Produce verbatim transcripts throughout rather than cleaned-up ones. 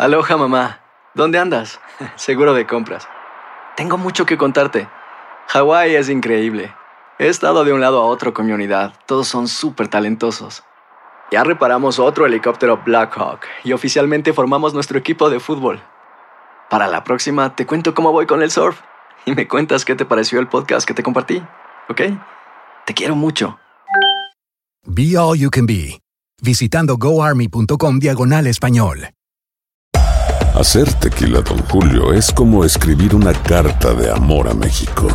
Aloha, mamá. ¿Dónde andas? Seguro de compras. Tengo mucho que contarte. Hawái es increíble. He estado de un lado a otro con mi unidad. Todos son súper talentosos. Ya reparamos otro helicóptero Blackhawk y oficialmente formamos nuestro equipo de fútbol. Para la próxima te cuento cómo voy con el surf y me cuentas qué te pareció el podcast que te compartí, ¿ok? Te quiero mucho. Be All You Can Be, visitando goarmy.com diagonal español. Hacer tequila Don Julio es como escribir una carta de amor a México.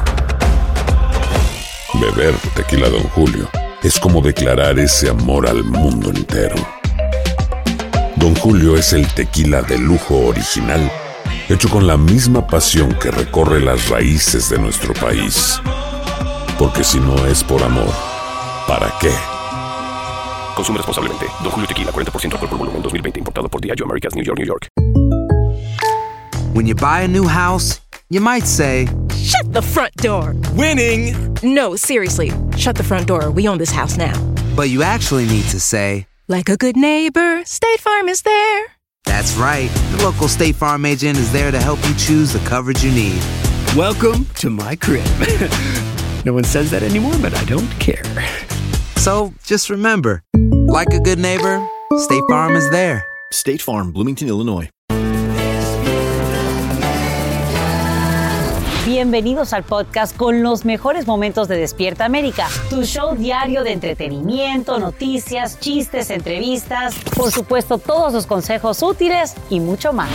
Beber tequila Don Julio es como declarar ese amor al mundo entero. Don Julio es el tequila de lujo original, hecho con la misma pasión que recorre las raíces de nuestro país. Porque si no es por amor, ¿para qué? Consume responsablemente. Don Julio Tequila, cuarenta por ciento alcohol por volumen, dos mil veinte. Importado por Diageo Americas, New York, New York. When you buy a new house, you might say, "Shut the front door." Winning! No, seriously. Shut the front door. We own this house now. But you actually need to say, like a good neighbor, State Farm is there. That's right. The local State Farm agent is there to help you choose the coverage you need. Welcome to my crib. No one says that anymore, but I don't care. So just remember, like a good neighbor, State Farm is there. State Farm, Bloomington, Illinois. Bienvenidos al podcast con los mejores momentos de Despierta América, tu show diario de entretenimiento, noticias, chistes, entrevistas, por supuesto todos los consejos útiles y mucho más.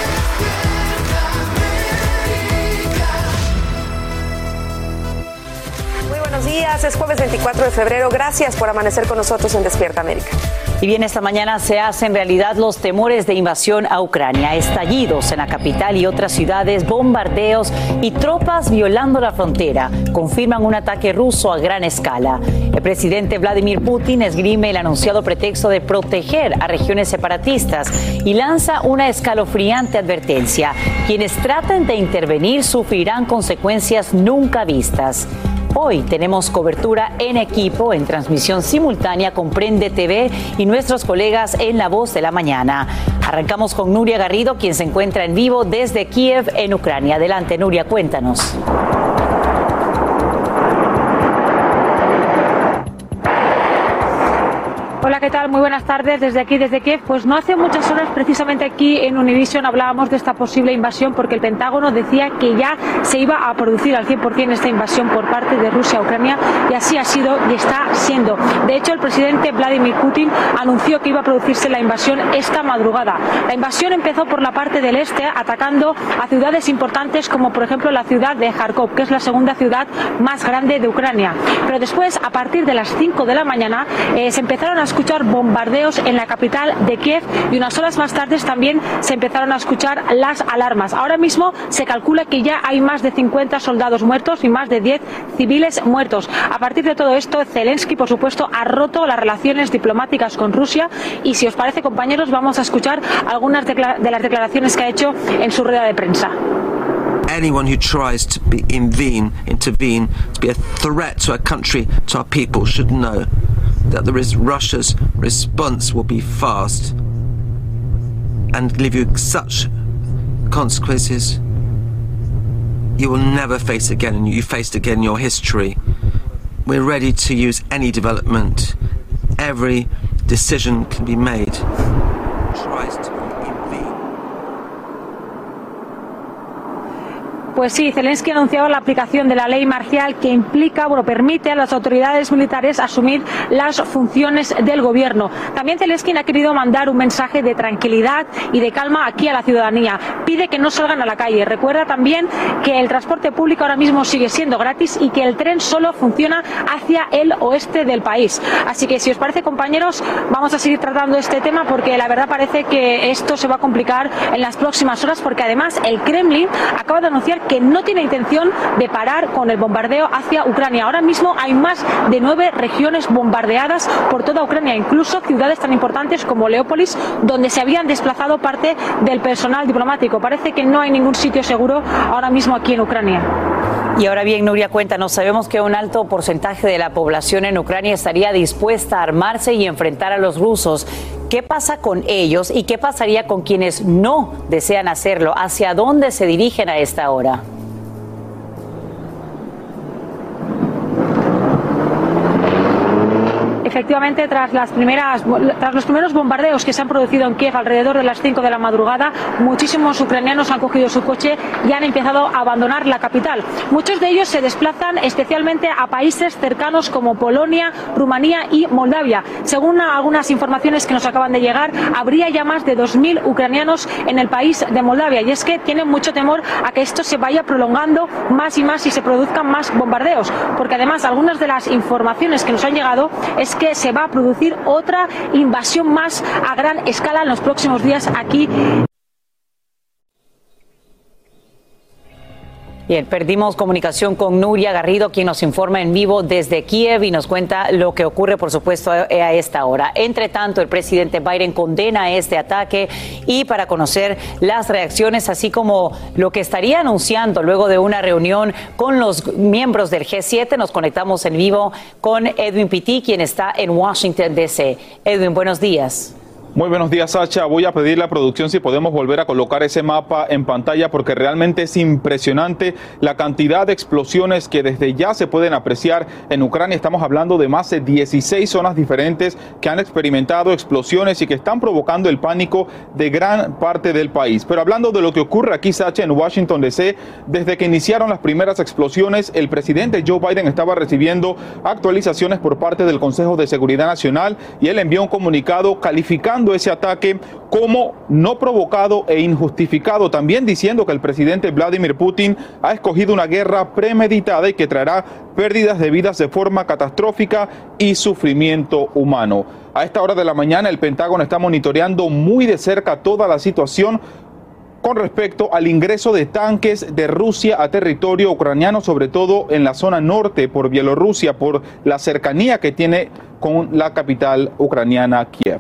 Muy buenos días, es jueves veinticuatro de febrero, gracias por amanecer con nosotros en Despierta América. Y bien, esta mañana se hacen realidad los temores de invasión a Ucrania, estallidos en la capital y otras ciudades, bombardeos y tropas violando la frontera. Confirman un ataque ruso a gran escala. El presidente Vladimir Putin esgrime el anunciado pretexto de proteger a regiones separatistas y lanza una escalofriante advertencia. Quienes traten de intervenir sufrirán consecuencias nunca vistas. Hoy tenemos cobertura en equipo, en transmisión simultánea con Prende T V y nuestros colegas en La Voz de la Mañana. Arrancamos con Nuria Garrido, quien se encuentra en vivo desde Kiev, en Ucrania. Adelante, Nuria, cuéntanos. Hola, ¿qué tal? Muy buenas tardes desde aquí, desde Kiev. Pues no hace muchas horas, precisamente aquí en Univision, hablábamos de esta posible invasión porque el Pentágono decía que ya se iba a producir al cien por ciento esta invasión por parte de Rusia a Ucrania, y así ha sido y está siendo. De hecho, el presidente Vladimir Putin anunció que iba a producirse la invasión esta madrugada. La invasión empezó por la parte del este, atacando a ciudades importantes como por ejemplo la ciudad de Kharkov, que es la segunda ciudad más grande de Ucrania. Pero después, a partir de las cinco de la mañana, eh, se empezaron a escuchar bombardeos en la capital de Kiev, y unas horas más tarde también se empezaron a escuchar las alarmas. Ahora mismo se calcula que ya hay más de cincuenta soldados muertos y más de diez civiles muertos. A partir de todo esto, Zelensky, por supuesto, ha roto las relaciones diplomáticas con Rusia, y si os parece, compañeros, vamos a escuchar algunas de las declaraciones que ha hecho en su rueda de prensa. Anyone who tries to be intervene, intervene, to be a threat to our country, to our people, should know that there is Russia's response will be fast and leave you such consequences you will never face again, and you faced again in your history. We're ready to use any development. Every decision can be made. Tries to Pues sí, Zelensky ha anunciado la aplicación de la ley marcial, que implica, bueno, permite a las autoridades militares asumir las funciones del gobierno. También Zelensky ha querido mandar un mensaje de tranquilidad y de calma aquí a la ciudadanía. Pide que no salgan a la calle. Recuerda también que el transporte público ahora mismo sigue siendo gratis y que el tren solo funciona hacia el oeste del país. Así que, si os parece, compañeros, vamos a seguir tratando este tema, porque la verdad parece que esto se va a complicar en las próximas horas, porque además el Kremlin acaba de anunciar que no tiene intención de parar con el bombardeo hacia Ucrania. Ahora mismo hay más de nueve regiones bombardeadas por toda Ucrania, incluso ciudades tan importantes como Leópolis, donde se habían desplazado parte del personal diplomático. Parece que no hay ningún sitio seguro ahora mismo aquí en Ucrania. Y ahora bien, Nuria, cuéntanos, sabemos que un alto porcentaje de la población en Ucrania estaría dispuesta a armarse y enfrentar a los rusos. ¿Qué pasa con ellos y qué pasaría con quienes no desean hacerlo? ¿Hacia dónde se dirigen a esta hora? Efectivamente, tras las primeras, tras los primeros bombardeos que se han producido en Kiev alrededor de las cinco de la madrugada, muchísimos ucranianos han cogido su coche y han empezado a abandonar la capital. Muchos de ellos se desplazan especialmente a países cercanos como Polonia, Rumanía y Moldavia. Según algunas informaciones que nos acaban de llegar, habría ya más de dos mil ucranianos en el país de Moldavia, y es que tienen mucho temor a que esto se vaya prolongando más y más y se produzcan más bombardeos, porque además algunas de las informaciones que nos han llegado es que se va a producir otra invasión más a gran escala en los próximos días aquí. Bien, perdimos comunicación con Nuria Garrido, quien nos informa en vivo desde Kiev y nos cuenta lo que ocurre, por supuesto, a esta hora. Entre tanto, el presidente Biden condena este ataque, y para conocer las reacciones, así como lo que estaría anunciando luego de una reunión con los miembros del G siete, nos conectamos en vivo con Edwin Pitti, quien está en Washington, D C Edwin, buenos días. Muy buenos días, Sacha. Voy a pedirle a producción si podemos volver a colocar ese mapa en pantalla, porque realmente es impresionante la cantidad de explosiones que desde ya se pueden apreciar en Ucrania. Estamos hablando de más de dieciséis zonas diferentes que han experimentado explosiones y que están provocando el pánico de gran parte del país. Pero hablando de lo que ocurre aquí, Sacha, en Washington, D C, desde que iniciaron las primeras explosiones, el presidente Joe Biden estaba recibiendo actualizaciones por parte del Consejo de Seguridad Nacional, y él envió un comunicado calificando ese ataque como no provocado e injustificado, también diciendo que el presidente Vladimir Putin ha escogido una guerra premeditada y que traerá pérdidas de vidas de forma catastrófica y sufrimiento humano. A esta hora de la mañana, el Pentágono está monitoreando muy de cerca toda la situación con respecto al ingreso de tanques de Rusia a territorio ucraniano, sobre todo en la zona norte por Bielorrusia, por la cercanía que tiene con la capital ucraniana, Kiev.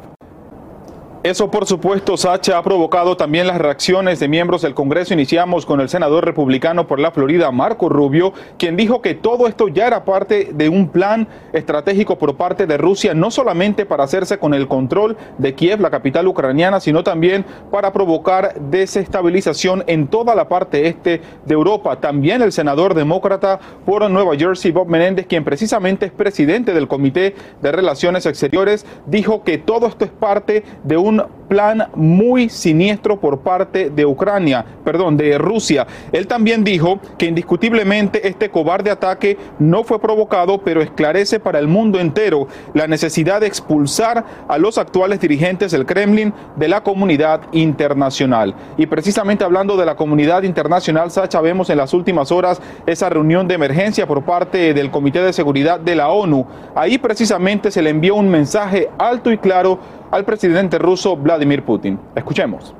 Eso, por supuesto, Sacha, ha provocado también las reacciones de miembros del Congreso. Iniciamos con el senador republicano por la Florida, Marco Rubio, quien dijo que todo esto ya era parte de un plan estratégico por parte de Rusia, no solamente para hacerse con el control de Kiev, la capital ucraniana, sino también para provocar desestabilización en toda la parte este de Europa. También el senador demócrata por Nueva Jersey, Bob Menéndez, quien precisamente es presidente del Comité de Relaciones Exteriores, dijo que todo esto es parte de un un plan muy siniestro por parte de Ucrania, perdón, de Rusia. Él también dijo que indiscutiblemente este cobarde ataque no fue provocado, pero esclarece para el mundo entero la necesidad de expulsar a los actuales dirigentes del Kremlin de la comunidad internacional. Y precisamente hablando de la comunidad internacional, Sacha, vemos en las últimas horas esa reunión de emergencia por parte del Comité de Seguridad de la ONU. Ahí precisamente se le envió un mensaje alto y claro al presidente ruso Vladimir Putin. Escuchemos.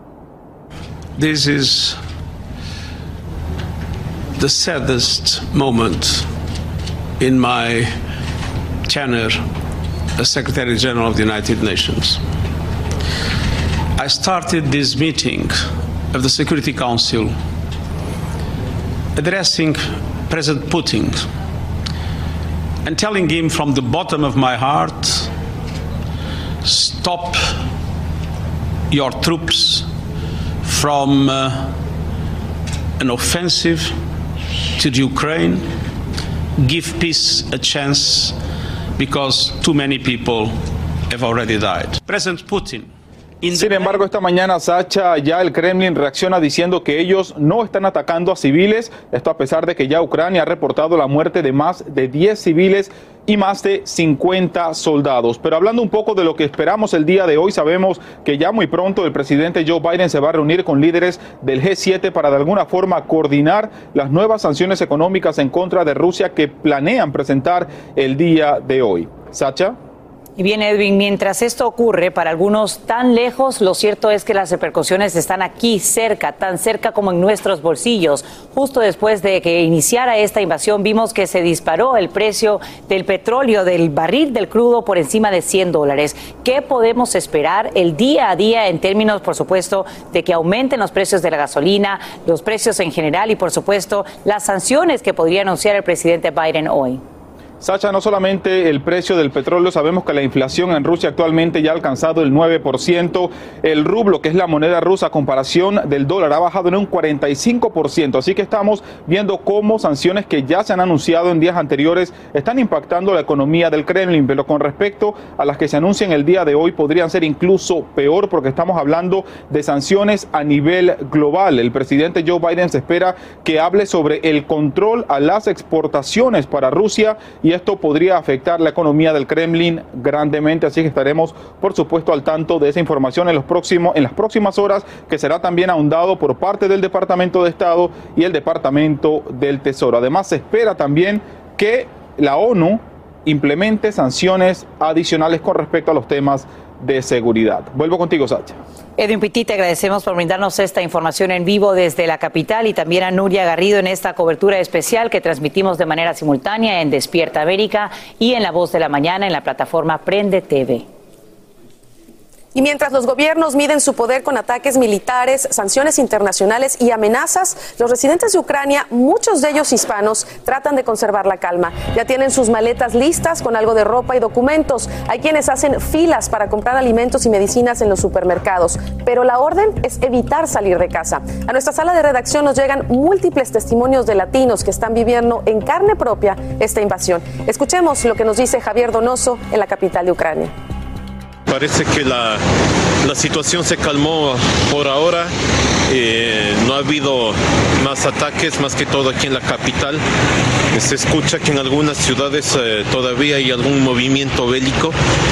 This is the saddest moment in my tenure as Secretary General of the United Nations. I started this meeting of the Security Council addressing President Putin and telling him from the bottom of my heart, stop your troops from uh, an offensive to the Ukraine. Give peace a chance because too many people have already died. President Putin. Sin embargo, esta mañana, Sacha, ya el Kremlin reacciona diciendo que ellos no están atacando a civiles. Esto a pesar de que ya Ucrania ha reportado la muerte de más de diez civiles y más de cincuenta soldados. Pero hablando un poco de lo que esperamos el día de hoy, sabemos que ya muy pronto el presidente Joe Biden se va a reunir con líderes del G siete para de alguna forma coordinar las nuevas sanciones económicas en contra de Rusia que planean presentar el día de hoy. Sacha. Y bien, Edwin, mientras esto ocurre, para algunos tan lejos, lo cierto es que las repercusiones están aquí cerca, tan cerca como en nuestros bolsillos. Justo después de que iniciara esta invasión, vimos que se disparó el precio del petróleo, del barril del crudo, por encima de cien dólares. ¿Qué podemos esperar el día a día en términos, por supuesto, de que aumenten los precios de la gasolina, los precios en general y, por supuesto, las sanciones que podría anunciar el presidente Biden hoy? Sacha, no solamente el precio del petróleo, sabemos que la inflación en Rusia actualmente ya ha alcanzado el nueve por ciento. El rublo, que es la moneda rusa a comparación del dólar, ha bajado en un cuarenta y cinco por ciento. Así que estamos viendo cómo sanciones que ya se han anunciado en días anteriores están impactando la economía del Kremlin. Pero con respecto a las que se anuncian el día de hoy, podrían ser incluso peor porque estamos hablando de sanciones a nivel global. El presidente Joe Biden se espera que hable sobre el control a las exportaciones para Rusia, y esto podría afectar la economía del Kremlin grandemente, así que estaremos por supuesto al tanto de esa información en los próximos, en las próximas horas, que será también ahondado por parte del Departamento de Estado y el Departamento del Tesoro. Además, se espera también que la ONU implemente sanciones adicionales con respecto a los temas de seguridad. Vuelvo contigo, Sacha. Edwin Pitti, te agradecemos por brindarnos esta información en vivo desde la capital, y también a Nuria Garrido en esta cobertura especial que transmitimos de manera simultánea en Despierta América y en La Voz de la Mañana en la plataforma Prende T V. Y mientras los gobiernos miden su poder con ataques militares, sanciones internacionales y amenazas, los residentes de Ucrania, muchos de ellos hispanos, tratan de conservar la calma. Ya tienen sus maletas listas con algo de ropa y documentos. Hay quienes hacen filas para comprar alimentos y medicinas en los supermercados. Pero la orden es evitar salir de casa. A nuestra sala de redacción nos llegan múltiples testimonios de latinos que están viviendo en carne propia esta invasión. Escuchemos lo que nos dice Javier Donoso en la capital de Ucrania. Parece que la, la situación se calmó por ahora. Eh, no ha habido más ataques, más que todo aquí en la capital. Se escucha que en algunas ciudades eh, todavía hay algún movimiento bélico.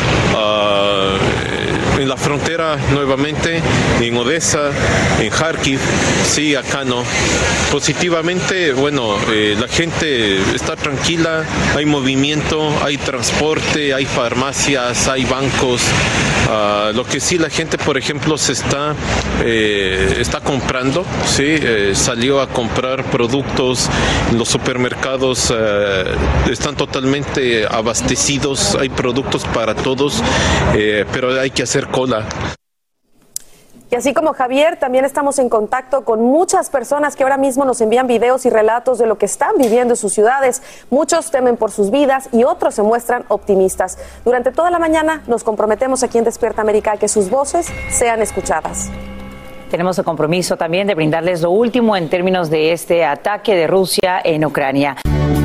Uh, en la frontera nuevamente, en Odessa, en Kharkiv, sí, acá no. Positivamente, bueno, eh, la gente está tranquila, hay movimiento, hay transporte, hay farmacias, hay bancos. Uh, lo que sí, la gente, por ejemplo, se está, eh, está comprando, sí, eh, salió a comprar productos, los supermercados eh, están totalmente abastecidos, hay productos para todos, eh, pero hay que hacer cola. Y así como Javier, también estamos en contacto con muchas personas que ahora mismo nos envían videos y relatos de lo que están viviendo en sus ciudades. Muchos temen por sus vidas y otros se muestran optimistas. Durante toda la mañana nos comprometemos aquí en Despierta América a que sus voces sean escuchadas. Tenemos el compromiso también de brindarles lo último en términos de este ataque de Rusia en Ucrania.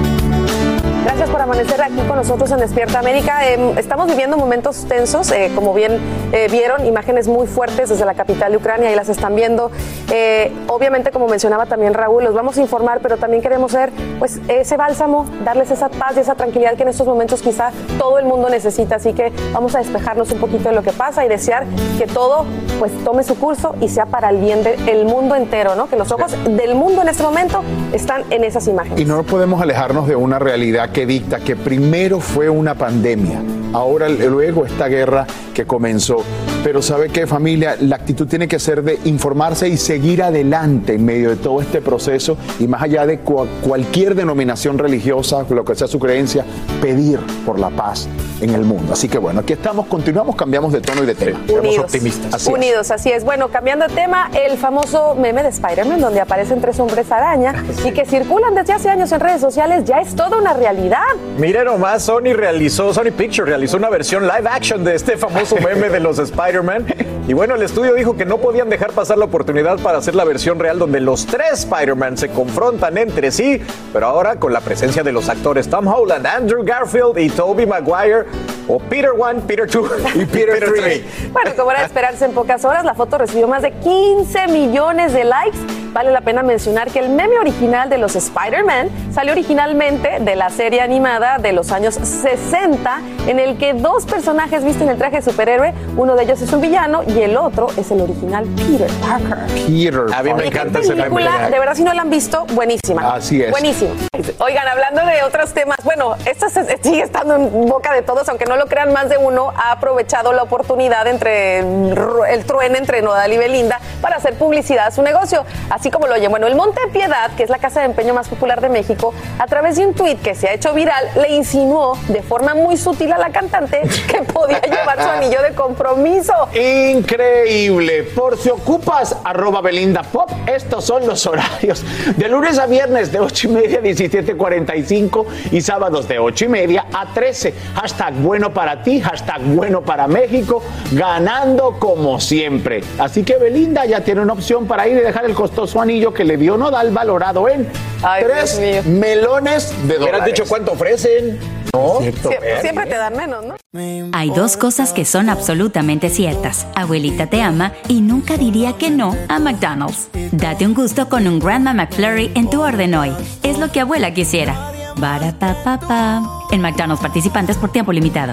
Gracias por amanecer aquí con nosotros en Despierta América. Eh, estamos viviendo momentos tensos, eh, como bien eh, vieron, imágenes muy fuertes desde la capital de Ucrania y las están viendo. Eh, obviamente, como mencionaba también Raúl, los vamos a informar, pero también queremos ser pues, ese bálsamo, darles esa paz y esa tranquilidad que en estos momentos quizá todo el mundo necesita. Así que vamos a despejarnos un poquito de lo que pasa y desear que todo pues, tome su curso y sea para el bien del mundo entero, ¿no? Que los ojos del mundo en este momento están en esas imágenes. Y no podemos alejarnos de una realidad que dicta que primero fue una pandemia, ahora luego esta guerra que comenzó. Pero ¿sabe qué, familia? La actitud tiene que ser de informarse y seguir adelante en medio de todo este proceso, y más allá de cu- cualquier denominación religiosa, lo que sea su creencia, pedir por la paz en el mundo. Así que bueno, aquí estamos, continuamos, cambiamos de tono y de tema. Unidos, optimistas. Así unidos, es. así es. Bueno, cambiando de tema, el famoso meme de Spider-Man, donde aparecen tres hombres araña sí. y que circulan desde hace años en redes sociales, ya es toda una realidad. Mire nomás, Sony realizó, Sony Pictures realizó una versión live action de este famoso meme de los Spider-Man. Y bueno, el estudio dijo que no podían dejar pasar la oportunidad para hacer la versión real donde los tres Spider-Man se confrontan entre sí, pero ahora con la presencia de los actores Tom Holland, Andrew Garfield y Tobey Maguire, o Peter uno, Peter dos y Peter tres. Bueno, como era de esperarse, en pocas horas la foto recibió más de quince millones de likes. Vale la pena mencionar que el meme original de los Spider-Man salió originalmente de la serie animada de los años sesenta, en el que dos personajes visten el traje de superhéroe, uno de ellos es un villano y el otro es el original Peter Parker. Peter A mí me encanta ese meme. De verdad, si no la han visto, buenísima. Así es. Buenísima. Oigan, hablando de otros temas, bueno, esto se, sigue estando en boca de todos, aunque no lo crean, más de uno ha aprovechado la oportunidad entre el truene entre Nodal y Belinda para hacer publicidad a su negocio. así como lo oyen. Bueno, el Monte Piedad, que es la casa de empeño más popular de México, a través de un tuit que se ha hecho viral, le insinuó de forma muy sutil a la cantante que podía llevar su anillo de compromiso. Increíble. Por si ocupas, arroba Belinda Pop, estos son los horarios. De lunes a viernes de ocho y media a diecisiete cuarenta y cinco y sábados de ocho y media a trece. Hashtag bueno para ti, hashtag bueno para México, ganando como siempre. Así que Belinda ya tiene una opción para ir y dejar el costoso anillo que le dio Nodal, valorado en Ay, tres melones de dólares. ¿Hubieras dicho cuánto ofrecen? No, siempre, siempre te dan menos, ¿no? Hay dos cosas que son absolutamente ciertas. Abuelita te ama y nunca diría que no a McDonald's. Date un gusto con un Grandma McFlurry en tu orden hoy. Es lo que abuela quisiera. Barapapapa. En McDonald's participantes por tiempo limitado.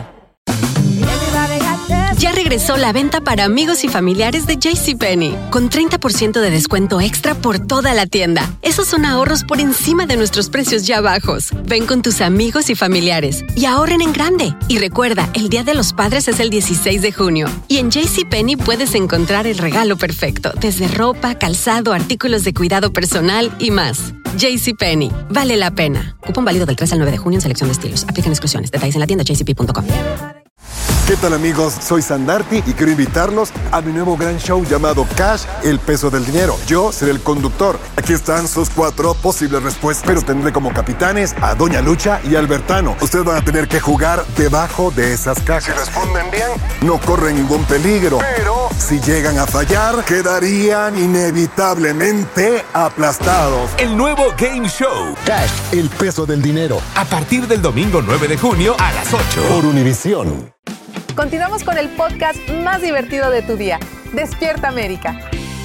Ya regresó la venta para amigos y familiares de JCPenney, con treinta por ciento de descuento extra por toda la tienda. Esos son ahorros por encima de nuestros precios ya bajos. Ven con tus amigos y familiares y ahorren en grande. Y recuerda, el Día de los Padres es el dieciséis de junio. Y en JCPenney puedes encontrar el regalo perfecto, desde ropa, calzado, artículos de cuidado personal y más. JCPenney, vale la pena. Cupón válido del tres al nueve de junio en selección de estilos. Aplican exclusiones. Detalles en la tienda j c p punto com. ¿Qué tal, amigos? Soy Sandarti y quiero invitarlos a mi nuevo gran show llamado Cash, el peso del dinero. Yo seré el conductor. Aquí están sus cuatro posibles respuestas, pero tendré como capitanes a Doña Lucha y Albertano. Ustedes van a tener que jugar debajo de esas cajas. Si responden bien, no corren ningún peligro. Pero si llegan a fallar, quedarían inevitablemente aplastados. El nuevo Game Show Cash, el peso del dinero. A partir del domingo nueve de junio a las ocho. Por Univisión. Continuamos con el podcast más divertido de tu día, Despierta América.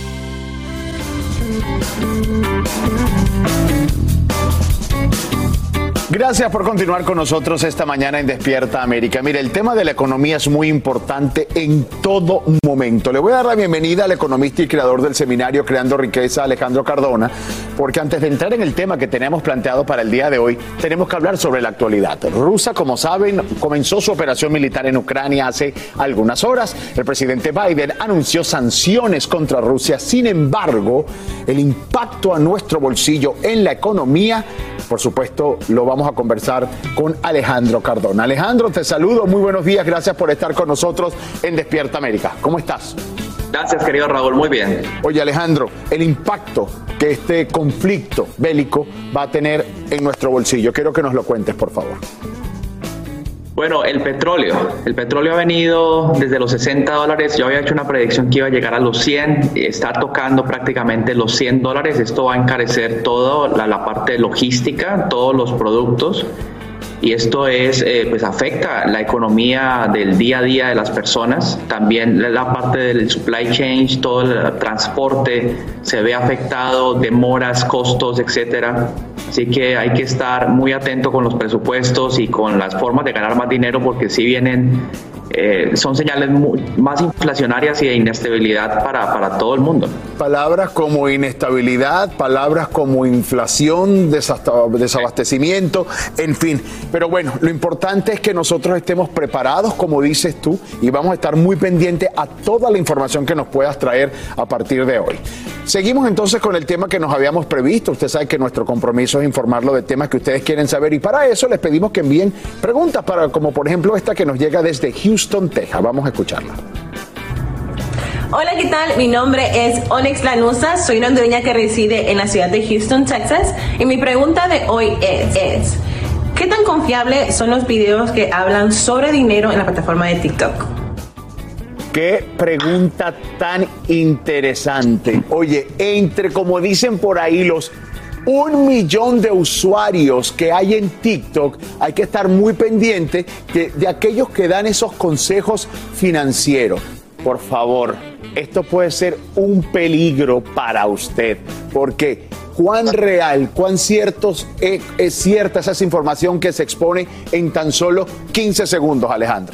Gracias por continuar con nosotros esta mañana en Despierta América. Mire, el tema de la economía es muy importante en todo momento. Le voy a dar la bienvenida al economista y creador del seminario Creando Riqueza, Alejandro Cardona, porque antes de entrar en el tema que tenemos planteado para el día de hoy, tenemos que hablar sobre la actualidad. Rusia, como saben, comenzó su operación militar en Ucrania hace algunas horas. El presidente Biden anunció sanciones contra Rusia. Sin embargo, el impacto a nuestro bolsillo en la economía, por supuesto, lo vamos a conversar con Alejandro Cardona. Alejandro, te saludo, muy buenos días, gracias por estar con nosotros en Despierta América. ¿Cómo estás? Gracias, querido Raúl, muy bien. Oye, Alejandro, el impacto que este conflicto bélico va a tener en nuestro bolsillo, quiero que nos lo cuentes, por favor. Bueno, el petróleo. El petróleo ha venido desde los sesenta dólares. Yo había hecho una predicción que iba a llegar a los cien. Está tocando prácticamente los cien dólares. Esto va a encarecer toda la, la parte logística, todos los productos. Y esto es, eh, pues afecta la economía del día a día de las personas. También la parte del supply chain, todo el transporte se ve afectado, demoras, costos, etcétera. Así que hay que estar muy atento con los presupuestos y con las formas de ganar más dinero, porque si vienen, eh, son señales muy, más inflacionarias y de inestabilidad para, para todo el mundo. Palabras como inestabilidad, palabras como inflación, desabastecimiento, en fin. Pero bueno, lo importante es que nosotros estemos preparados, como dices tú, y vamos a estar muy pendientes a toda la información que nos puedas traer a partir de hoy. Seguimos entonces con el tema que nos habíamos previsto. Usted sabe que nuestro compromiso es informarlo de temas que ustedes quieren saber, y para eso les pedimos que envíen preguntas, para, como por ejemplo esta que nos llega desde Houston, Texas. Vamos a escucharla. Hola, ¿qué tal? Mi nombre es Onyx Lanusa, soy una hondureña que reside en la ciudad de Houston, Texas, y mi pregunta de hoy es, es ¿qué tan confiables son los videos que hablan sobre dinero en la plataforma de TikTok? Qué pregunta tan interesante. Oye, entre, como dicen por ahí, los un millón de usuarios que hay en TikTok, hay que estar muy pendiente de, de aquellos que dan esos consejos financieros. Por favor, esto puede ser un peligro para usted, porque cuán real, cuán ciertos es, es cierta esa información que se expone en tan solo quince segundos, Alejandro.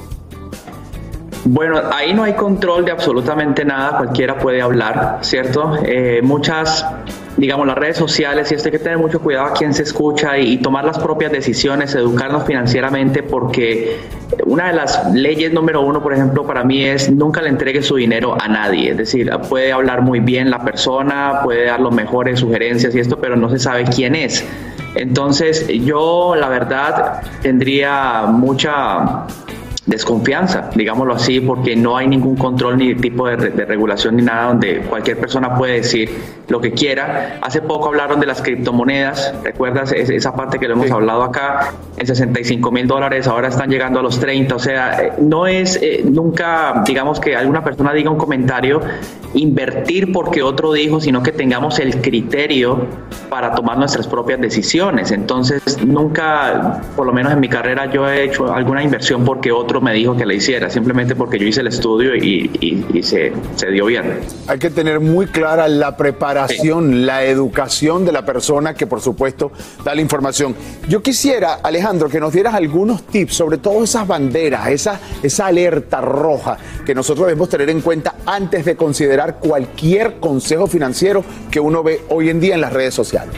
Bueno, ahí no hay control de absolutamente nada, cualquiera puede hablar, ¿cierto? Eh, muchas digamos, las redes sociales, y esto hay que tener mucho cuidado a quién se escucha y, y tomar las propias decisiones, educarnos financieramente, porque una de las leyes número uno, por ejemplo, para mí es nunca le entregue su dinero a nadie. Es decir, puede hablar muy bien la persona, puede dar las mejores sugerencias y esto, pero no se sabe quién es. Entonces, yo, la verdad, tendría mucha desconfianza, digámoslo así, porque no hay ningún control ni tipo de, de regulación ni nada donde cualquier persona puede decir lo que quiera. Hace poco hablaron de las criptomonedas, ¿recuerdas esa parte que lo hemos sí. hablado acá? En sesenta y cinco mil dólares, ahora están llegando a los treinta, o sea, no es eh, nunca, digamos, que alguna persona diga un comentario, invertir porque otro dijo, sino que tengamos el criterio para tomar nuestras propias decisiones. Entonces, nunca, por lo menos en mi carrera, yo he hecho alguna inversión porque otro me dijo que la hiciera, simplemente porque yo hice el estudio y, y, y se, se dio bien. Hay que tener muy clara la preparación, sí. la educación de la persona que, por supuesto, da la información. Yo quisiera, Alejandro, que nos dieras algunos tips sobre todo esas banderas, esa, esa alerta roja que nosotros debemos tener en cuenta antes de considerar cualquier consejo financiero que uno ve hoy en día en las redes sociales.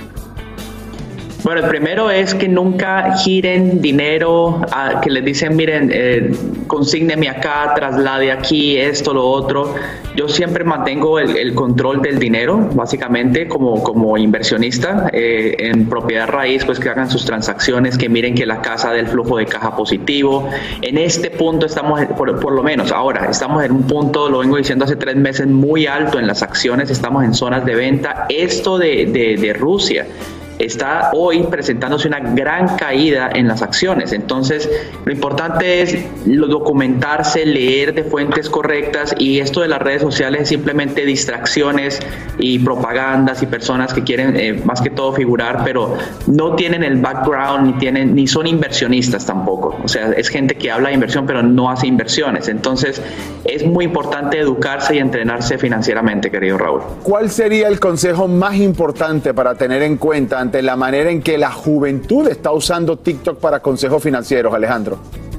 Bueno, el primero es que nunca giren dinero, a, que les dicen, miren, eh, consígneme acá, traslade aquí, esto, lo otro. Yo siempre mantengo el, el control del dinero, básicamente, como, como inversionista. Eh, en propiedad raíz, pues que hagan sus transacciones, que miren que la casa dé el flujo de caja positivo. En este punto estamos, por, por lo menos ahora, estamos en un punto, lo vengo diciendo hace tres meses, muy alto en las acciones, estamos en zonas de venta. Esto de, de, de Rusia está hoy presentándose una gran caída en las acciones. Entonces, lo importante es documentarse, leer de fuentes correctas, y esto de las redes sociales es simplemente distracciones y propagandas y personas que quieren eh, más que todo figurar, pero no tienen el background, ni tienen, ni son inversionistas tampoco. O sea, es gente que habla de inversión pero no hace inversiones. Entonces, es muy importante educarse y entrenarse financieramente, querido Raúl. ¿Cuál sería el consejo más importante para tener en cuenta ante la manera en que la juventud está usando TikTok para consejos financieros, Alejandro?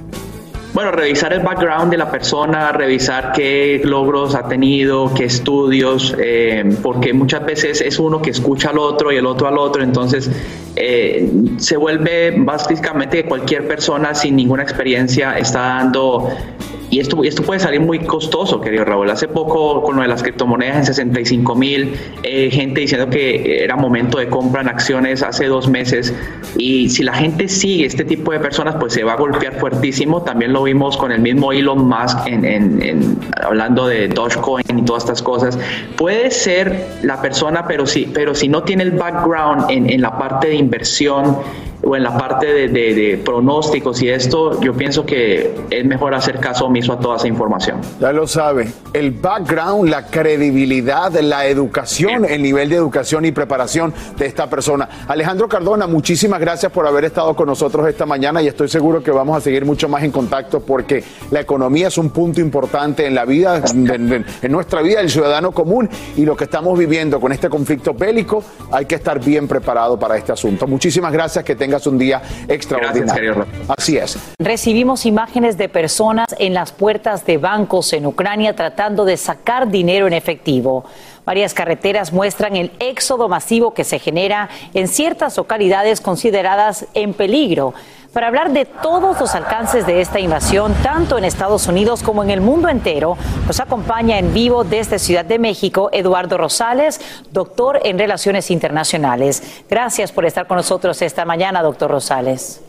Bueno, revisar el background de la persona, revisar qué logros ha tenido, qué estudios, eh, porque muchas veces es uno que escucha al otro y el otro al otro, entonces eh, se vuelve básicamente que cualquier persona sin ninguna experiencia está dando. Y esto, esto puede salir muy costoso, querido Raúl. Hace poco, con lo de las criptomonedas en sesenta y cinco mil, eh, gente diciendo que era momento de compra en acciones hace dos meses. Y si la gente sigue este tipo de personas, pues se va a golpear fuertísimo. También lo vimos con el mismo Elon Musk, en, en, en, hablando de Dogecoin y todas estas cosas. Puede ser la persona, pero si, pero si no tiene el background en, en la parte de inversión o en la parte de, de, de pronósticos y esto, yo pienso que es mejor hacer caso omiso a toda esa información. Ya lo sabe, el background, la credibilidad, la educación, el nivel de educación y preparación de esta persona. Alejandro Cardona, muchísimas gracias por haber estado con nosotros esta mañana, y estoy seguro que vamos a seguir mucho más en contacto, porque la economía es un punto importante en la vida, en, en nuestra vida del ciudadano común, y lo que estamos viviendo con este conflicto bélico, hay que estar bien preparado para este asunto. Muchísimas gracias, que tengas un día extraordinario. Gracias, así es. Recibimos imágenes de personas en las puertas de bancos en Ucrania tratando de sacar dinero en efectivo. Varias carreteras muestran el éxodo masivo que se genera en ciertas localidades consideradas en peligro. Para hablar de todos los alcances de esta invasión, tanto en Estados Unidos como en el mundo entero, nos acompaña en vivo desde Ciudad de México Eduardo Rosales, doctor en Relaciones Internacionales. Gracias por estar con nosotros esta mañana, doctor Rosales.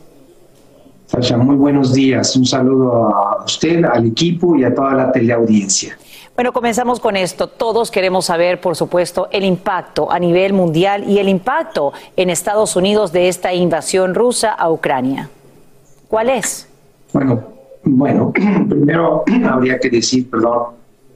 Sasha, muy buenos días. Un saludo a usted, al equipo y a toda la teleaudiencia. Bueno, comenzamos con esto. Todos queremos saber, por supuesto, el impacto a nivel mundial y el impacto en Estados Unidos de esta invasión rusa a Ucrania. ¿Cuál es? Bueno, bueno, primero habría que decir, perdón,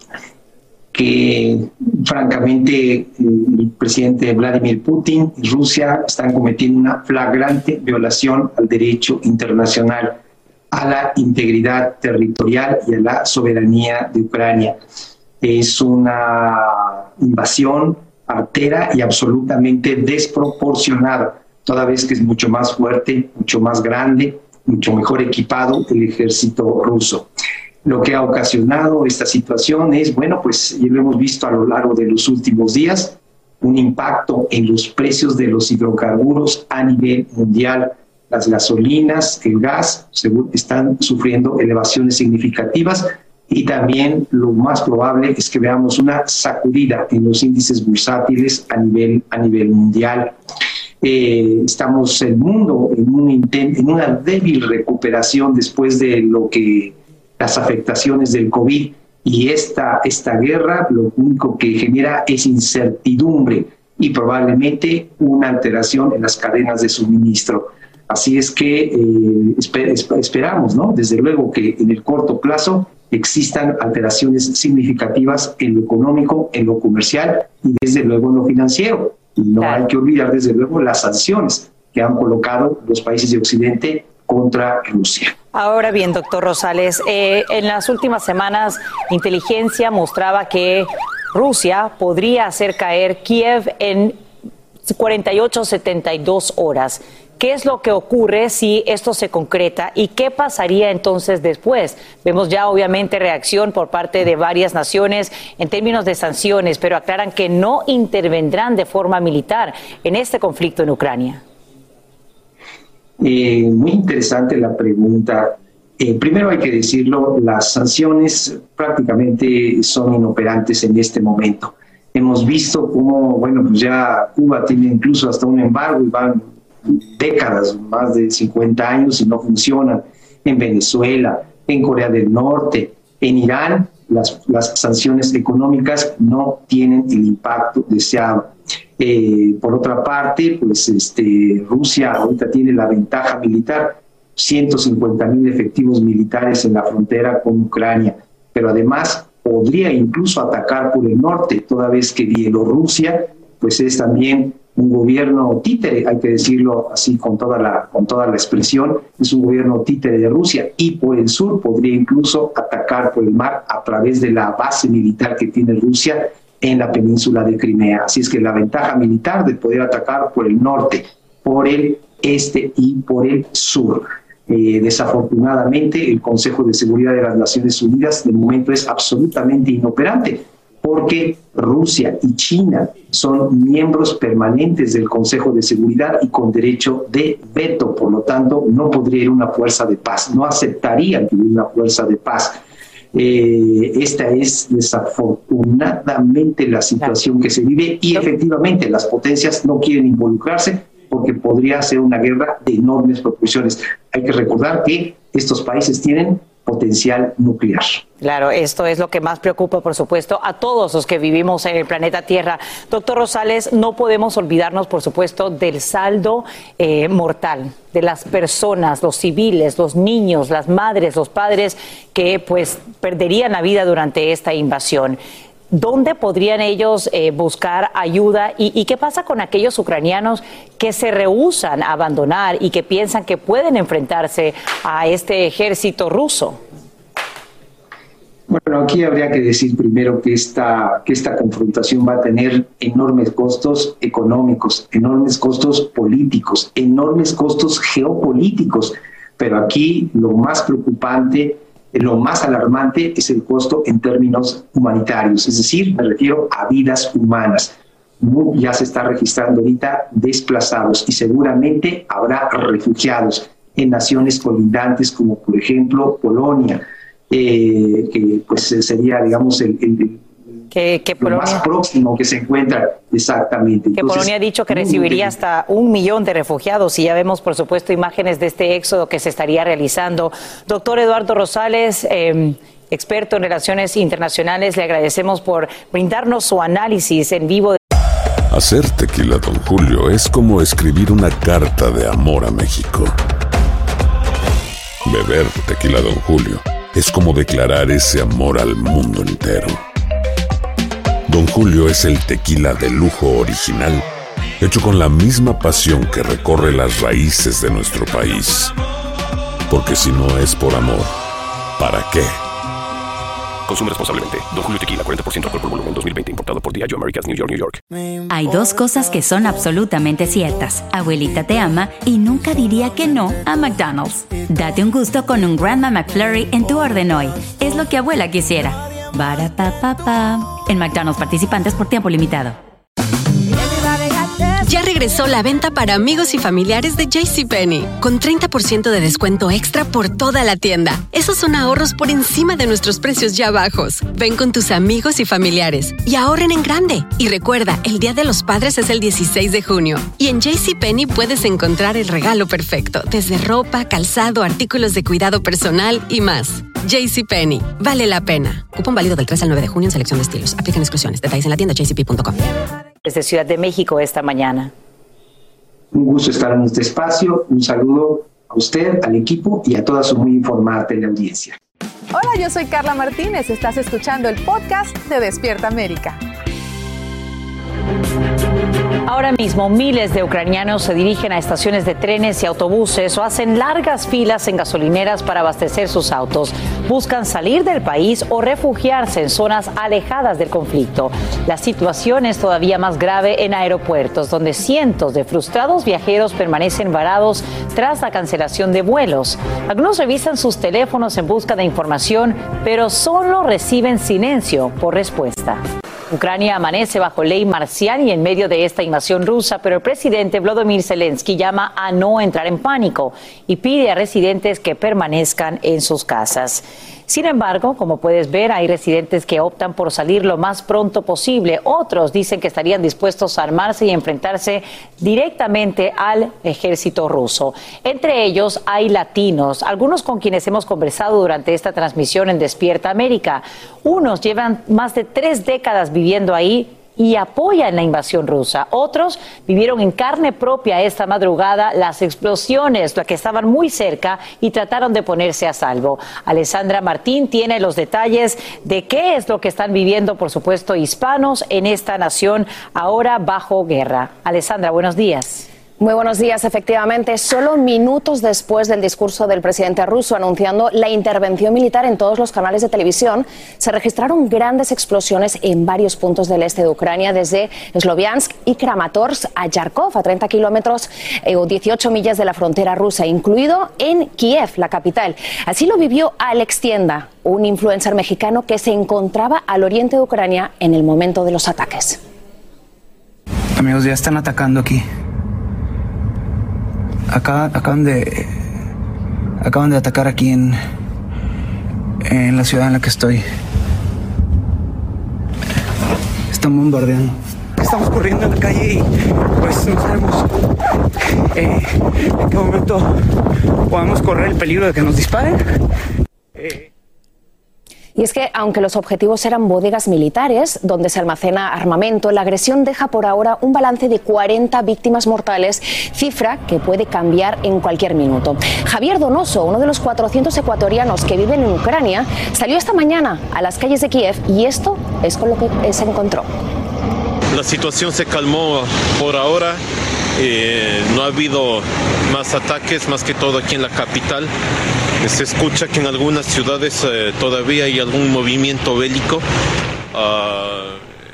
que francamente el presidente Vladimir Putin y Rusia están cometiendo una flagrante violación al derecho internacional, a la integridad territorial y a la soberanía de Ucrania. Es una invasión artera y absolutamente desproporcionada, toda vez que es mucho más fuerte, mucho más grande, mucho mejor equipado el ejército ruso. Lo que ha ocasionado esta situación es, bueno, pues ya lo hemos visto a lo largo de los últimos días, un impacto en los precios de los hidrocarburos a nivel mundial. Las gasolinas, el gas, están sufriendo elevaciones significativas y también lo más probable es que veamos una sacudida en los índices bursátiles a nivel, a nivel mundial. Eh, estamos el mundo en, un intent, en una débil recuperación después de lo que las afectaciones del COVID, y esta, esta guerra lo único que genera es incertidumbre y probablemente una alteración en las cadenas de suministro. Así es que eh, esper, esperamos, ¿no? Desde luego que en el corto plazo existan alteraciones significativas en lo económico, en lo comercial y desde luego en lo financiero. Y no claro. hay que olvidar desde luego las sanciones que han colocado los países de Occidente contra Rusia. Ahora bien, doctor Rosales, eh, en las últimas semanas inteligencia mostraba que Rusia podría hacer caer Kiev en cuarenta y ocho a setenta y dos horas. ¿Qué es lo que ocurre si esto se concreta y qué pasaría entonces después? Vemos ya obviamente reacción por parte de varias naciones en términos de sanciones, pero aclaran que no intervendrán de forma militar en este conflicto en Ucrania. Eh, muy interesante la pregunta. Eh, primero hay que decirlo, las sanciones prácticamente son inoperantes en este momento. Hemos visto cómo, bueno, pues ya Cuba tiene incluso hasta un embargo y van décadas, más de cincuenta años y no funcionan. En Venezuela, en Corea del Norte, en Irán, las, las sanciones económicas no tienen el impacto deseado. Eh, por otra parte, pues este, Rusia ahorita tiene la ventaja militar, ciento cincuenta mil efectivos militares en la frontera con Ucrania, pero además podría incluso atacar por el norte, toda vez que Bielorrusia pues es también un gobierno títere, hay que decirlo así con toda la, con toda la expresión, es un gobierno títere de Rusia, y por el sur podría incluso atacar por el mar a través de la base militar que tiene Rusia en la península de Crimea. Así es que la ventaja militar de poder atacar por el norte, por el este y por el sur. Eh, desafortunadamente, el Consejo de Seguridad de las Naciones Unidas de momento es absolutamente inoperante, porque Rusia y China son miembros permanentes del Consejo de Seguridad y con derecho de veto, por lo tanto no podría ir una fuerza de paz, no aceptarían que hubiera una fuerza de paz. Eh, esta es desafortunadamente la situación que se vive y efectivamente las potencias no quieren involucrarse porque podría ser una guerra de enormes proporciones. Hay que recordar que estos países tienen potencial nuclear. Claro, esto es lo que más preocupa, por supuesto, a todos los que vivimos en el planeta Tierra. Doctor Rosales, no podemos olvidarnos, por supuesto, del saldo eh, mortal, de las personas, los civiles, los niños, las madres, los padres que pues perderían la vida durante esta invasión. ¿Dónde podrían ellos eh, buscar ayuda? ¿Y, ¿Y qué pasa con aquellos ucranianos que se rehúsan a abandonar y que piensan que pueden enfrentarse a este ejército ruso? Bueno, aquí habría que decir primero que esta, que esta confrontación va a tener enormes costos económicos, enormes costos políticos, enormes costos geopolíticos, pero aquí lo más preocupante, lo más alarmante es el costo en términos humanitarios, es decir, me refiero a vidas humanas. Ya se está registrando ahorita desplazados y seguramente habrá refugiados en naciones colindantes como por ejemplo Polonia, eh, que pues sería digamos el, el, que, que lo Polonia, más próximo que se encuentra exactamente. Que Entonces, Polonia ha dicho que recibiría hasta un millón de refugiados y ya vemos por supuesto imágenes de este éxodo que se estaría realizando. Doctor Eduardo Rosales, eh, experto en relaciones internacionales, le agradecemos por brindarnos su análisis en vivo. Hacer tequila Don Julio es como escribir una carta de amor a México. Beber tequila Don Julio es como declarar ese amor al mundo entero. Don Julio es el tequila de lujo original, hecho con la misma pasión que recorre las raíces de nuestro país. Porque si no es por amor, ¿para qué? Consume responsablemente. Don Julio Tequila, cuarenta por ciento alcohol por volumen, dos mil veinte, importado por Diageo Americas, New York, New York. Hay dos cosas que son absolutamente ciertas. Abuelita te ama y nunca diría que no a McDonald's. Date un gusto con un Grandma McFlurry en tu orden hoy. Es lo que abuela quisiera. Barapapapa. En McDonald's participantes por tiempo limitado. Ya regresó la venta para amigos y familiares de JCPenney, con treinta por ciento de descuento extra por toda la tienda. Esos son ahorros por encima de nuestros precios ya bajos. Ven con tus amigos y familiares y ahorren en grande. Y recuerda, el Día de los Padres es el dieciséis de junio. Y en JCPenney puedes encontrar el regalo perfecto, desde ropa, calzado, artículos de cuidado personal y más. JCPenney, vale la pena. Cupón válido del tres al nueve de junio en selección de estilos. Aplican exclusiones. Detalles en la tienda j c p punto com. Desde Ciudad de México esta mañana. Un gusto estar en este espacio. Un saludo a usted, al equipo y a toda su muy informada teleaudiencia. Hola, yo soy Carla Martínez. Estás escuchando el podcast de Despierta América. Ahora mismo miles de ucranianos se dirigen a estaciones de trenes y autobuses o hacen largas filas en gasolineras para abastecer sus autos. Buscan salir del país o refugiarse en zonas alejadas del conflicto. La situación es todavía más grave en aeropuertos, donde cientos de frustrados viajeros permanecen varados tras la cancelación de vuelos. Algunos revisan sus teléfonos en busca de información, pero solo reciben silencio por respuesta. Ucrania amanece bajo ley marcial y en medio de esta invasión rusa, pero el presidente Volodymyr Zelensky llama a no entrar en pánico y pide a residentes que permanezcan en sus casas. Sin embargo, como puedes ver, hay residentes que optan por salir lo más pronto posible. Otros dicen que estarían dispuestos a armarse y enfrentarse directamente al ejército ruso. Entre ellos hay latinos, algunos con quienes hemos conversado durante esta transmisión en Despierta América. Unos llevan más de tres décadas viviendo ahí y apoyan la invasión rusa. Otros vivieron en carne propia esta madrugada las explosiones, las que estaban muy cerca, y trataron de ponerse a salvo. Alessandra Martín tiene los detalles de qué es lo que están viviendo, por supuesto, hispanos en esta nación ahora bajo guerra. Alessandra, buenos días. Muy buenos días. Efectivamente, solo minutos después del discurso del presidente ruso anunciando la intervención militar en todos los canales de televisión, se registraron grandes explosiones en varios puntos del este de Ucrania, desde Sloviansk y Kramatorsk a Yarkov, a treinta kilómetros eh, o dieciocho millas de la frontera rusa, incluido en Kiev, la capital. Así lo vivió Alex Tienda, un influencer mexicano que se encontraba al oriente de Ucrania en el momento de los ataques. Amigos, ya están atacando aquí. Acá, acaban de acaban de atacar aquí en en la ciudad en la que estoy. Están bombardeando. Estamos corriendo en la calle y pues no sabemos eh, en qué momento podemos correr el peligro de que nos disparen. Eh. Y es que, aunque los objetivos eran bodegas militares, donde se almacena armamento, la agresión deja por ahora un balance de cuarenta víctimas mortales, cifra que puede cambiar en cualquier minuto. Javier Donoso, uno de los cuatrocientos ecuatorianos que viven en Ucrania, salió esta mañana a las calles de Kiev y esto es con lo que se encontró. La situación se calmó por ahora. Eh, no ha habido más ataques, más que todo aquí en la capital. Se escucha que en algunas ciudades eh, todavía hay algún movimiento bélico. Uh,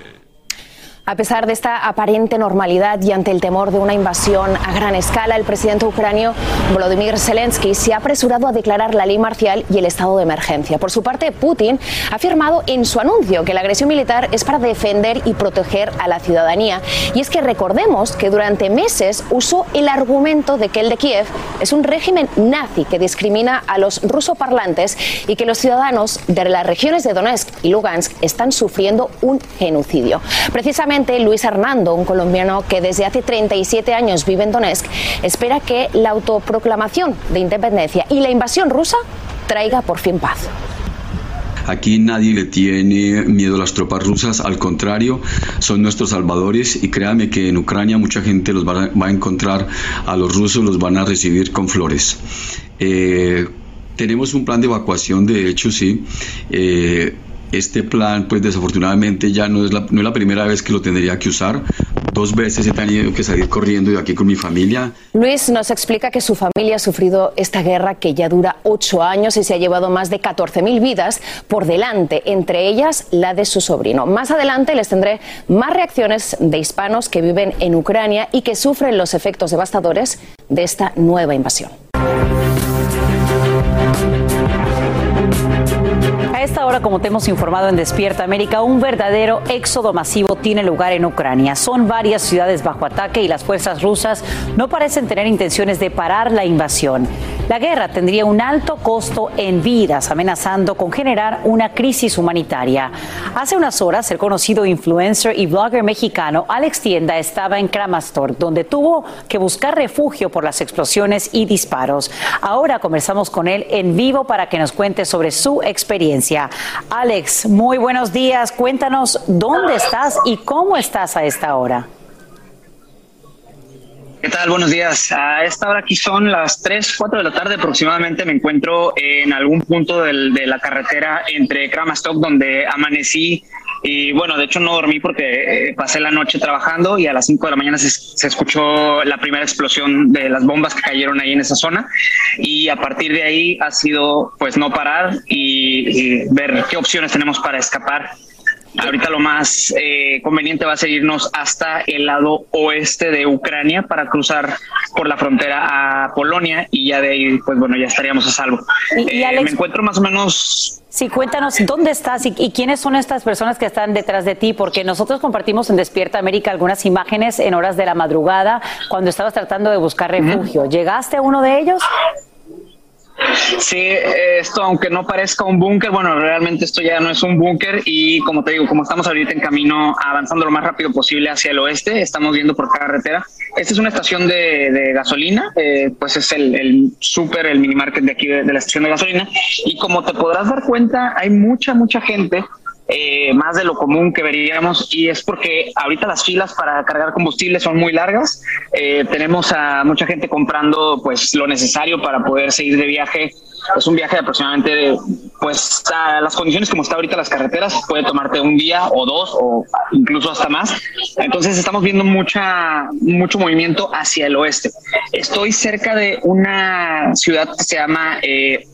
A pesar de esta aparente normalidad y ante el temor de una invasión a gran escala, el presidente ucranio Volodymyr Zelensky se ha apresurado a declarar la ley marcial y el estado de emergencia. Por su parte, Putin ha afirmado en su anuncio que la agresión militar es para defender y proteger a la ciudadanía. Y es que recordemos que durante meses usó el argumento de que el de Kiev es un régimen nazi que discrimina a los rusoparlantes y que los ciudadanos de las regiones de Donetsk y Lugansk están sufriendo un genocidio. Precisamente Luis Hernando, un colombiano que desde hace treinta y siete años vive en Donetsk, espera que la autoproclamación de independencia y la invasión rusa traiga por fin paz. Aquí nadie le tiene miedo a las tropas rusas, al contrario, son nuestros salvadores y créame que en Ucrania mucha gente los va a, va a encontrar a los rusos, los van a recibir con flores. Eh, tenemos un plan de evacuación, de hecho, sí. Eh, Este plan, pues desafortunadamente ya no es, la, no es la primera vez que lo tendría que usar. Dos veces he tenido que salir corriendo de aquí con mi familia. Luis nos explica que su familia ha sufrido esta guerra que ya dura ocho años y se ha llevado más de catorce mil vidas por delante, entre ellas la de su sobrino. Más adelante les tendré más reacciones de hispanos que viven en Ucrania y que sufren los efectos devastadores de esta nueva invasión. A esta hora, como te hemos informado en Despierta América, un verdadero éxodo masivo tiene lugar en Ucrania. Son varias ciudades bajo ataque y las fuerzas rusas no parecen tener intenciones de parar la invasión. La guerra tendría un alto costo en vidas, amenazando con generar una crisis humanitaria. Hace unas horas, el conocido influencer y blogger mexicano Alex Tienda estaba en Kramatorsk, donde tuvo que buscar refugio por las explosiones y disparos. Ahora conversamos con él en vivo para que nos cuente sobre su experiencia. Alex, muy buenos días. Cuéntanos dónde estás y cómo estás a esta hora. ¿Qué tal? Buenos días. A esta hora aquí son las tres, cuatro de la tarde aproximadamente. Me encuentro en algún punto del, de la carretera entre Kramatorsk, donde amanecí. Y bueno, de hecho no dormí porque eh, pasé la noche trabajando y a las cinco de la mañana se, se escuchó la primera explosión de las bombas que cayeron ahí en esa zona. Y a partir de ahí ha sido pues no parar y, y ver qué opciones tenemos para escapar. Ahorita lo más eh, conveniente va a ser irnos hasta el lado oeste de Ucrania para cruzar por la frontera a Polonia y ya de ahí, pues bueno, ya estaríamos a salvo. Y, y eh, Alex, me encuentro más o menos... Sí, cuéntanos, ¿dónde estás y, y quiénes son estas personas que están detrás de ti? Porque nosotros compartimos en Despierta América algunas imágenes en horas de la madrugada cuando estabas tratando de buscar refugio. Uh-huh. ¿Llegaste a uno de ellos? Sí, esto aunque no parezca un búnker, bueno, realmente esto ya no es un búnker y como te digo, como estamos ahorita en camino avanzando lo más rápido posible hacia el oeste, estamos viendo por carretera. Esta es una estación de, de gasolina, eh, pues es el, el súper, el mini market de aquí de, de la estación de gasolina y como te podrás dar cuenta, hay mucha, mucha gente. Eh, más de lo común que veríamos y es porque ahorita las filas para cargar combustible son muy largas. Eh, tenemos a mucha gente comprando pues lo necesario para poder seguir de viaje. Es un viaje de aproximadamente de, pues a las condiciones como está ahorita las carreteras puede tomarte un día o dos o incluso hasta más. Entonces estamos viendo mucha mucho movimiento hacia el oeste. Estoy cerca de una ciudad que se llama eh,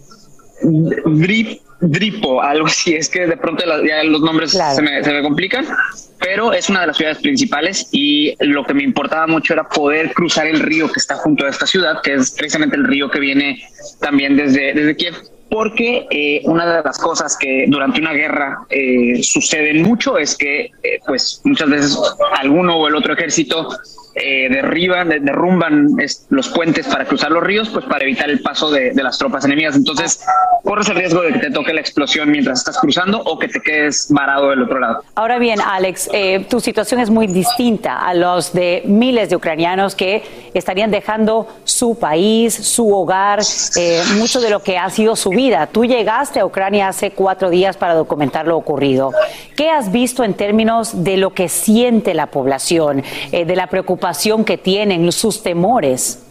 Drip Dripo, algo así, es que de pronto la, ya los nombres claro. se, me, se me complican, pero es una de las ciudades principales y lo que me importaba mucho era poder cruzar el río que está junto a esta ciudad, que es precisamente el río que viene también desde, desde Kiev, porque eh, una de las cosas que durante una guerra eh, suceden mucho es que eh, pues muchas veces alguno o el otro ejército Eh, derriban, de, derrumban es, los puentes para cruzar los ríos, pues para evitar el paso de, de las tropas enemigas. Entonces, corres el riesgo de que te toque la explosión mientras estás cruzando o que te quedes varado del otro lado. Ahora bien, Alex, eh, tu situación es muy distinta a los de miles de ucranianos que estarían dejando su país, su hogar, eh, mucho de lo que ha sido su vida. Tú llegaste a Ucrania hace cuatro días para documentar lo ocurrido. ¿Qué has visto en términos de lo que siente la población, eh, de la preocupación que tienen, sus temores?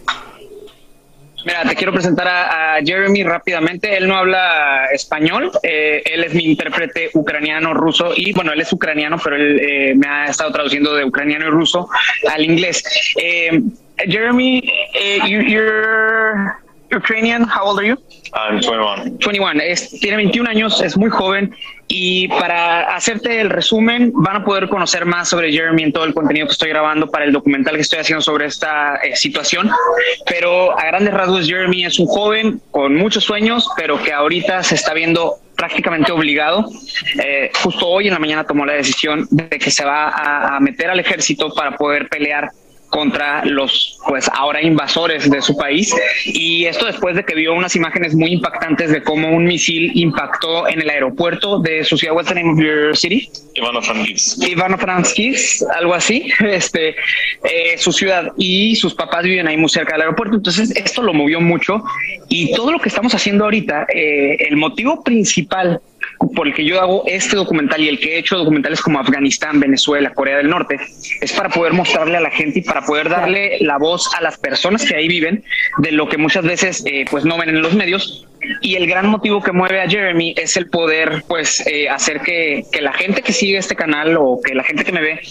Mira, te quiero presentar a, a Jeremy rápidamente. Él no habla español, eh, él es mi intérprete ucraniano, ruso, y bueno, él es ucraniano, pero él eh, me ha estado traduciendo de ucraniano y ruso al inglés. Eh, Jeremy, eh, you, you're Ukrainian, how old are you? I'm twenty-one. twenty-one, es, tiene veintiún años, es muy joven. Y para hacerte el resumen, van a poder conocer más sobre Jeremy en todo el contenido que estoy grabando para el documental que estoy haciendo sobre esta eh, situación. Pero a grandes rasgos, Jeremy es un joven con muchos sueños, pero que ahorita se está viendo prácticamente obligado. Eh, justo hoy en la mañana tomó la decisión de que se va a, a meter al ejército para poder pelear contra los pues ahora invasores de su país, y esto después de que vio unas imágenes muy impactantes de cómo un misil impactó en el aeropuerto de su ciudad. What's the name of your city? Ivano-Frankivsk. Ivano-Frankivsk, algo así, este, eh, su ciudad, y sus papás viven ahí muy cerca del aeropuerto. Entonces esto lo movió mucho, y todo lo que estamos haciendo ahorita, eh, el motivo principal por el que yo hago este documental y el que he hecho documentales como Afganistán, Venezuela, Corea del Norte, es para poder mostrarle a la gente y para poder darle la voz a las personas que ahí viven de lo que muchas veces eh, pues no ven en los medios. Y el gran motivo que mueve a Jeremy es el poder pues eh, hacer que, que la gente que sigue este canal o que la gente que me ve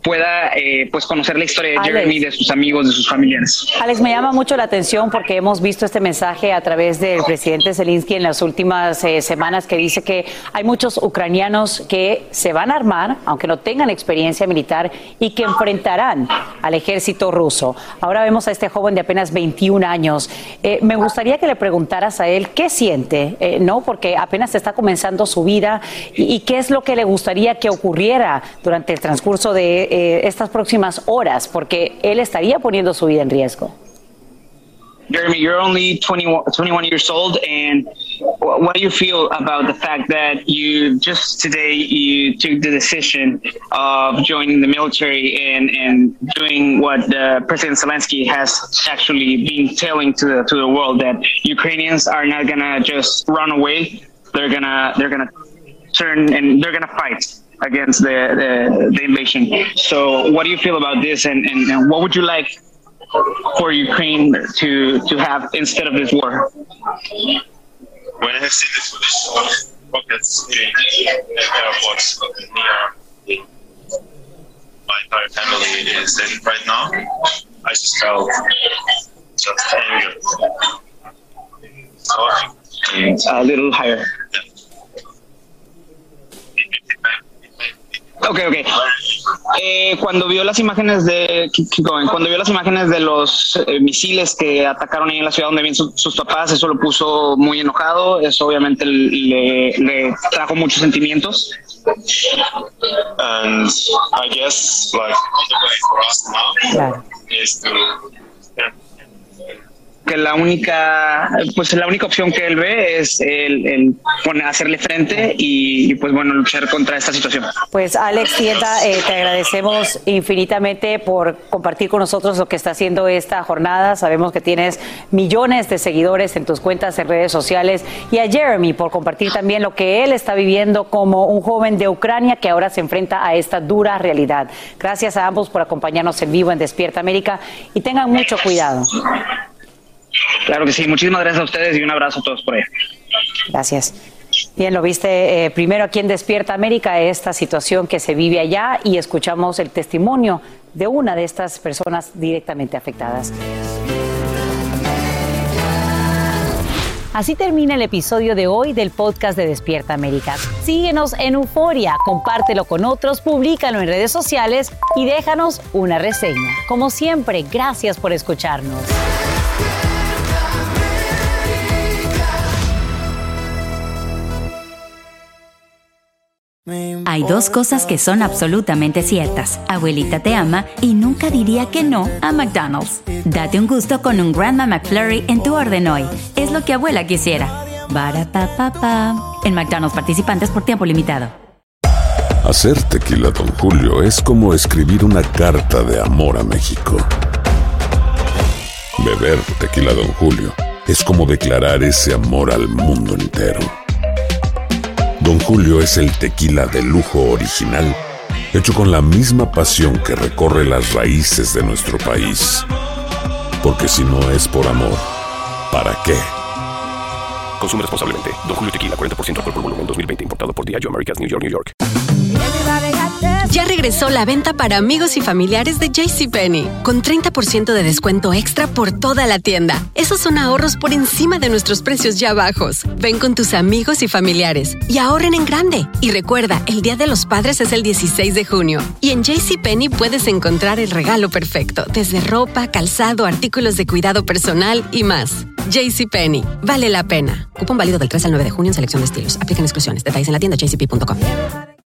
pueda eh, pues conocer la historia de Alex. Jeremy, de sus amigos, de sus familiares. Alex, me llama mucho la atención porque hemos visto este mensaje a través del presidente Zelensky en las últimas eh, semanas, que dice que hay muchos ucranianos que se van a armar, aunque no tengan experiencia militar, y que enfrentarán al ejército ruso. Ahora vemos a este joven de apenas veintiún años. Eh, me gustaría que le preguntaras a él qué siente, eh, ¿no? Porque apenas está comenzando su vida, y, y qué es lo que le gustaría que ocurriera durante el transcurso de eh, estas próximas horas, porque él estaría poniendo su vida en riesgo. Jeremy, you're only twenty-one, twenty-one years old, and what do you feel about the fact that you just today you took the decision of joining the military and, and doing what uh, President Zelensky has actually been telling to the, to the world, that Ukrainians are not gonna just run away, they're gonna they're gonna turn and they're gonna fight against the, the, the invasion. So what do you feel about this, and, and, and what would you like for Ukraine to to have instead of this war? When I have seen this footage of rockets in the airports near my entire family is in right now, I just felt just anger. So, and a little higher. Yeah. Okay, okay. Eh, cuando vio las imágenes de keep, keep going, cuando vio las imágenes de los eh, misiles que atacaron ahí en la ciudad donde viven su, sus papás, eso lo puso muy enojado. Eso obviamente le, le trajo muchos sentimientos. And I guess like all the way for us now is to que la única, pues la única opción que él ve es el, el poner, hacerle frente y, y pues bueno, luchar contra esta situación. Pues Alex Tienda, eh, te agradecemos infinitamente por compartir con nosotros lo que está haciendo esta jornada. Sabemos que tienes millones de seguidores en tus cuentas en redes sociales, y a Jeremy por compartir también lo que él está viviendo como un joven de Ucrania que ahora se enfrenta a esta dura realidad. Gracias a ambos por acompañarnos en vivo en Despierta América, y tengan mucho cuidado. Claro que sí, muchísimas gracias a ustedes y un abrazo a todos por ahí. Gracias. Bien, lo viste eh, primero aquí en Despierta América, esta situación que se vive allá, y escuchamos el testimonio de una de estas personas directamente afectadas. Así termina el episodio de hoy del podcast de Despierta América. Síguenos en Euforia, compártelo con otros, públicalo en redes sociales y déjanos una reseña. Como siempre, gracias por escucharnos. Hay dos cosas que son absolutamente ciertas. Abuelita te ama y nunca diría que no a McDonald's. Date un gusto con un Grandma McFlurry en tu orden hoy. Es lo que abuela quisiera. Barapapapa. En McDonald's participantes por tiempo limitado. Hacer tequila Don Julio es como escribir una carta de amor a México. Beber tequila Don Julio es como declarar ese amor al mundo entero. Don Julio es el tequila de lujo original, hecho con la misma pasión que recorre las raíces de nuestro país. Porque si no es por amor, ¿para qué? Consume responsablemente. Don Julio Tequila, cuarenta por ciento alcohol por volumen, dos mil veinte. Importado por Diageo Americas, New York, New York. Ya regresó la venta para amigos y familiares de JCPenney, con treinta por ciento de descuento extra por toda la tienda. Esos son ahorros por encima de nuestros precios ya bajos. Ven con tus amigos y familiares y ahorren en grande. Y recuerda, el Día de los Padres es el dieciséis de junio. Y en JCPenney puedes encontrar el regalo perfecto, desde ropa, calzado, artículos de cuidado personal y más. JCPenney, vale la pena. Cupón válido del tres al nueve de junio en selección de estilos. Aplican exclusiones. Detalles en la tienda j c p punto com.